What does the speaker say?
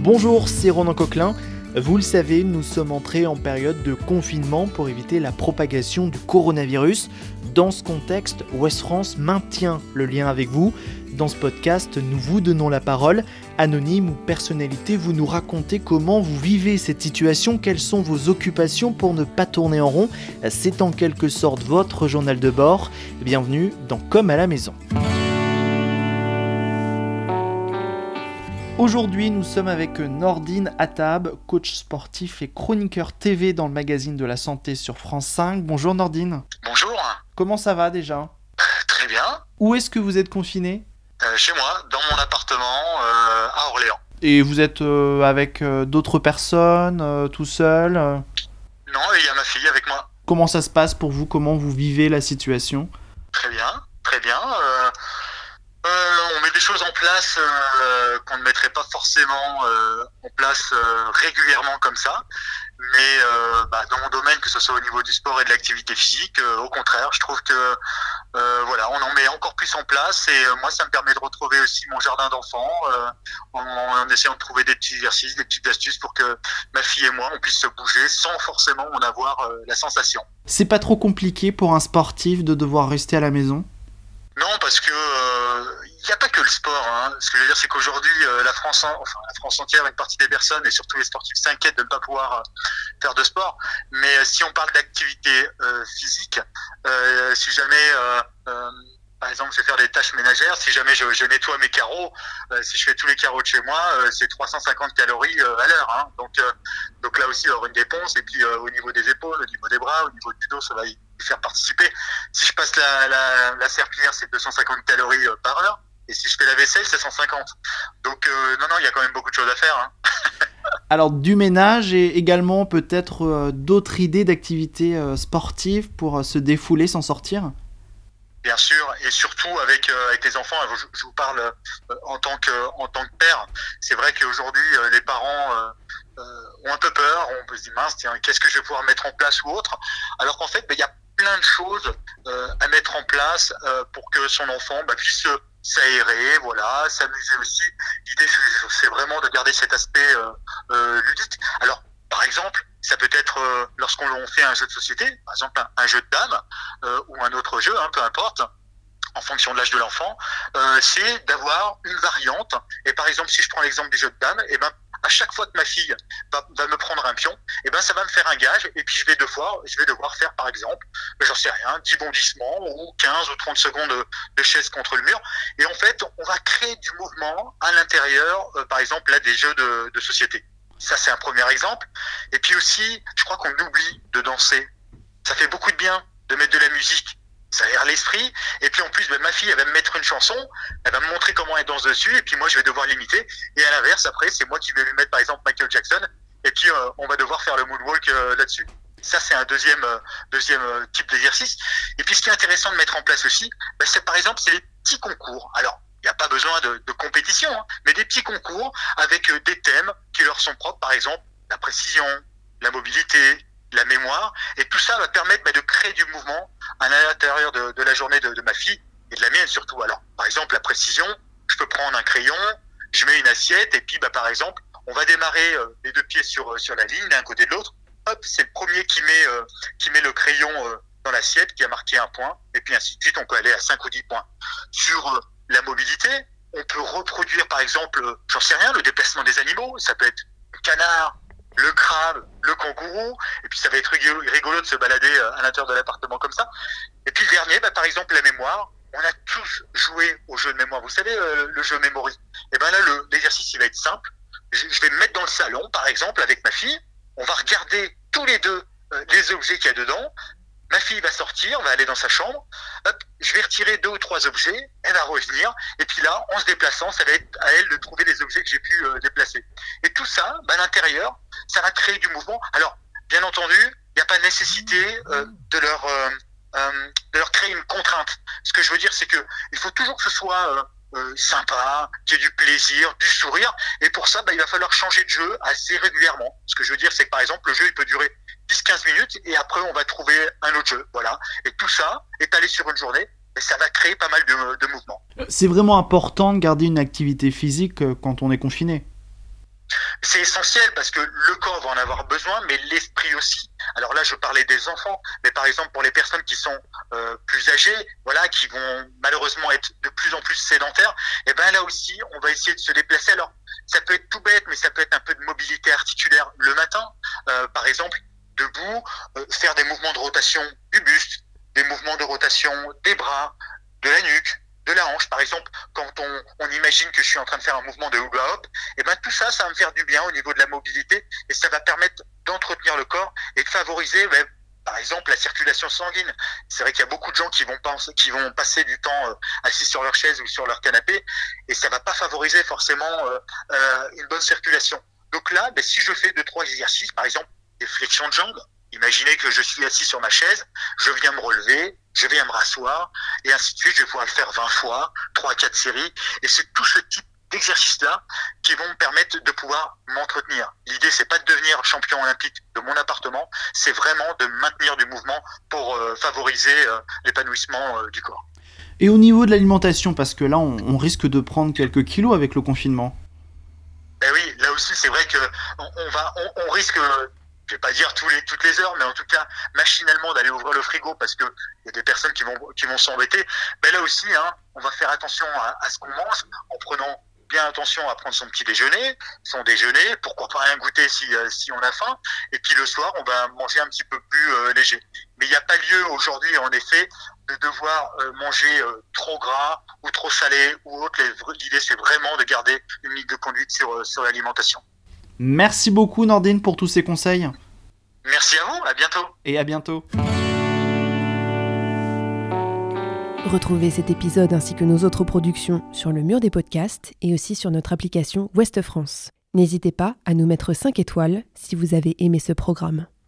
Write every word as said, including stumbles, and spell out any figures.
Bonjour, c'est Ronan Coquelin. Vous le savez, nous sommes entrés en période de confinement pour éviter la propagation du coronavirus. Dans ce contexte, Ouest France maintient le lien avec vous. Dans ce podcast, nous vous donnons la parole. Anonyme ou personnalité, vous nous racontez comment vous vivez cette situation, quelles sont vos occupations pour ne pas tourner en rond. C'est en quelque sorte votre journal de bord. Bienvenue dans Comme à la maison. Aujourd'hui, nous sommes avec Nordine Attab, coach sportif et chroniqueur T V dans le magazine de la santé sur France cinq. Bonjour Nordine. Bonjour. Comment ça va déjà ? Euh, très bien. Où est-ce que vous êtes confiné ? Euh, chez moi, dans mon appartement euh, à Orléans. Et vous êtes euh, avec euh, d'autres personnes, euh, tout seul euh... Non, il y a ma fille avec moi. Comment ça se passe pour vous ? Comment vous vivez la situation ? Très bien, très bien. Euh, euh, on met des choses en place euh, qu'on ne mettrait pas forcément euh, en place euh, régulièrement comme ça. Mais euh, bah, dans mon domaine, que ce soit au niveau du sport et de l'activité physique, euh, au contraire, je trouve que euh, voilà, on en met encore plus en place. Et euh, moi, ça me permet de retrouver aussi mon jardin d'enfants euh, en, en essayant de trouver des petits exercices, des petites astuces pour que ma fille et moi, on puisse se bouger sans forcément en avoir euh, la sensation. C'est pas trop compliqué pour un sportif de devoir rester à la maison ? Non, parce que il euh, n'y a pas que le sport. Hein. Ce que je veux dire, c'est qu'aujourd'hui, euh, la France, enfin la France entière, une partie des personnes et surtout les sportifs s'inquiètent de ne pas pouvoir euh, faire de sport. Mais euh, si on parle d'activité euh, physique, euh, si jamais, euh, euh, par exemple, je vais faire des tâches ménagères, si jamais je, je nettoie mes carreaux, euh, si je fais tous les carreaux de chez moi, euh, c'est trois cent cinquante calories euh, à l'heure. Hein. Donc, euh, donc là aussi, il y aura une dépense. Et puis euh, au niveau des épaules, au niveau des bras, au niveau du dos, ça va y faire participer. Si je passe la, la, la serpillière, c'est deux cent cinquante calories euh, par heure. Et si je fais la vaisselle, c'est cent cinquante. Donc euh, non, non, il y a quand même beaucoup de choses à faire. Hein. Alors du ménage et également peut-être euh, d'autres idées d'activités euh, sportives pour euh, se défouler, s'en sortir ? Bien sûr, et surtout avec euh, avec les enfants. Je, je vous parle euh, en tant que en tant que père. C'est vrai qu'aujourd'hui, euh, les parents euh, euh, ont un peu peur. On peut se dire mince, tiens, qu'est-ce que je vais pouvoir mettre en place ou autre. Alors qu'en fait, ben, il y a plein de choses euh, à mettre en place euh, pour que son enfant bah, puisse s'aérer, voilà, s'amuser aussi. L'idée, c'est vraiment de garder cet aspect euh, euh, ludique. Alors, par exemple, ça peut être euh, lorsqu'on fait un jeu de société, par exemple un, un jeu de dames euh, ou un autre jeu, hein, peu importe, en fonction de l'âge de l'enfant, euh, c'est d'avoir une variante. Et par exemple, si je prends l'exemple du jeu de dames, et ben à chaque fois que ma fille va, va me prendre un pion, et ben ça va me faire un gage. Et puis je vais devoir, je vais devoir faire par exemple, j'en sais rien, dix bondissements ou quinze ou trente secondes de, de chaise contre le mur. Et en fait, on va créer du mouvement à l'intérieur, euh, par exemple là des jeux de, de société. Ça, c'est un premier exemple. Et puis aussi, je crois qu'on oublie de danser. Ça fait beaucoup de bien de mettre de la musique. Ça aère l'esprit. Et puis en plus, ben, ma fille, elle va me mettre une chanson. Elle va me montrer comment elle danse dessus. Et puis moi, je vais devoir l'imiter. Et à l'inverse, après, c'est moi qui vais lui mettre, par exemple, Michael Jackson. Et puis, euh, on va devoir faire le moonwalk euh, là-dessus. Ça, c'est un deuxième, euh, deuxième euh, type d'exercice. Et puis, ce qui est intéressant de mettre en place aussi, ben, c'est par exemple, c'est les petits concours. Alors, il n'y a pas besoin de, de compétition, hein, mais des petits concours avec euh, des thèmes qui leur sont propres, par exemple la précision, la mobilité, la mémoire, et tout ça va permettre bah, de créer du mouvement à l'intérieur de, de la journée de, de ma fille et de la mienne surtout. Alors, par exemple, la précision, je peux prendre un crayon, je mets une assiette, et puis bah, par exemple, on va démarrer euh, les deux pieds sur sur la ligne, l'un côté de l'autre. Hop, c'est le premier qui met euh, qui met le crayon euh, dans l'assiette, qui a marqué un point, et puis ainsi de suite, on peut aller à cinq ou dix points. Sur euh, la mobilité, on peut reproduire par exemple, j'en sais rien, le déplacement des animaux, ça peut être le canard, le crabe, le kangourou, et puis ça va être rigolo de se balader à l'intérieur de l'appartement comme ça. Et puis le dernier, bah, par exemple la mémoire, on a tous joué au jeu de mémoire, vous savez, euh, le jeu Memory. Et ben là, le, l'exercice il va être simple, je, je vais me mettre dans le salon par exemple avec ma fille, on va regarder tous les deux euh, les objets qu'il y a dedans. Ma fille va sortir, va aller dans sa chambre, hop, je vais retirer deux ou trois objets, elle va revenir, et puis là, en se déplaçant, ça va être à elle de trouver les objets que j'ai pu euh, déplacer. Et tout ça, bah, à l'intérieur, ça va créer du mouvement. Alors, bien entendu, il n'y a pas nécessité euh, de leur euh, euh, de leur créer une contrainte. Ce que je veux dire, c'est que il faut toujours que ce soit euh, euh, sympa, qu'il y ait du plaisir, du sourire, et pour ça, bah, il va falloir changer de jeu assez régulièrement. Ce que je veux dire, c'est que par exemple, le jeu, il peut durer dix à quinze minutes et après on va trouver un autre jeu, voilà. Et tout ça étalé sur une journée, et ça va créer pas mal de, de mouvements. C'est vraiment important de garder une activité physique quand on est confiné. C'est essentiel parce que le corps va en avoir besoin, mais l'esprit aussi. Alors là, je parlais des enfants, mais par exemple pour les personnes qui sont euh, plus âgées, voilà, qui vont malheureusement être de plus en plus sédentaires, et ben là aussi, on va essayer de se déplacer. Alors, ça peut être tout bête, mais ça peut être un peu de mobilité articulaire le matin, euh, par exemple, debout, euh, faire des mouvements de rotation du buste, des mouvements de rotation des bras, de la nuque, de la hanche, par exemple, quand on, on imagine que je suis en train de faire un mouvement de hula hop, et ben tout ça, ça va me faire du bien au niveau de la mobilité et ça va permettre d'entretenir le corps et de favoriser, ben, par exemple, la circulation sanguine. C'est vrai qu'il y a beaucoup de gens qui vont penser, qui vont passer du temps euh, assis sur leur chaise ou sur leur canapé et ça va pas favoriser forcément euh, euh, une bonne circulation. Donc là, ben, si je fais deux, trois exercices, par exemple, des flexions de jambes, imaginez que je suis assis sur ma chaise, je viens me relever, je viens me rasseoir, et ainsi de suite, je vais pouvoir le faire vingt fois, trois à quatre séries, et c'est tout ce type d'exercices-là qui vont me permettre de pouvoir m'entretenir. L'idée, c'est pas de devenir champion olympique de mon appartement, c'est vraiment de maintenir du mouvement pour euh, favoriser euh, l'épanouissement euh, du corps. Et au niveau de l'alimentation, parce que là, on, on risque de prendre quelques kilos avec le confinement. Ben oui, là aussi, c'est vrai que on, on va, on, on risque... je vais pas dire tous les, toutes les heures, mais en tout cas, machinalement d'aller ouvrir le frigo parce que il y a des personnes qui vont, qui vont s'embêter. Ben là aussi, hein, on va faire attention à, à ce qu'on mange en prenant bien attention à prendre son petit déjeuner, son déjeuner, pourquoi pas un goûter si, si on a faim. Et puis le soir, on va manger un petit peu plus euh, léger. Mais il n'y a pas lieu aujourd'hui, en effet, de devoir euh, manger euh, trop gras ou trop salé ou autre. L'idée, c'est vraiment de garder une ligne de conduite sur, sur l'alimentation. Merci beaucoup Nordine pour tous ces conseils. Merci à vous, à bientôt. Et à bientôt. Retrouvez cet épisode ainsi que nos autres productions sur le mur des podcasts et aussi sur notre application Ouest France. N'hésitez pas à nous mettre cinq étoiles si vous avez aimé ce programme.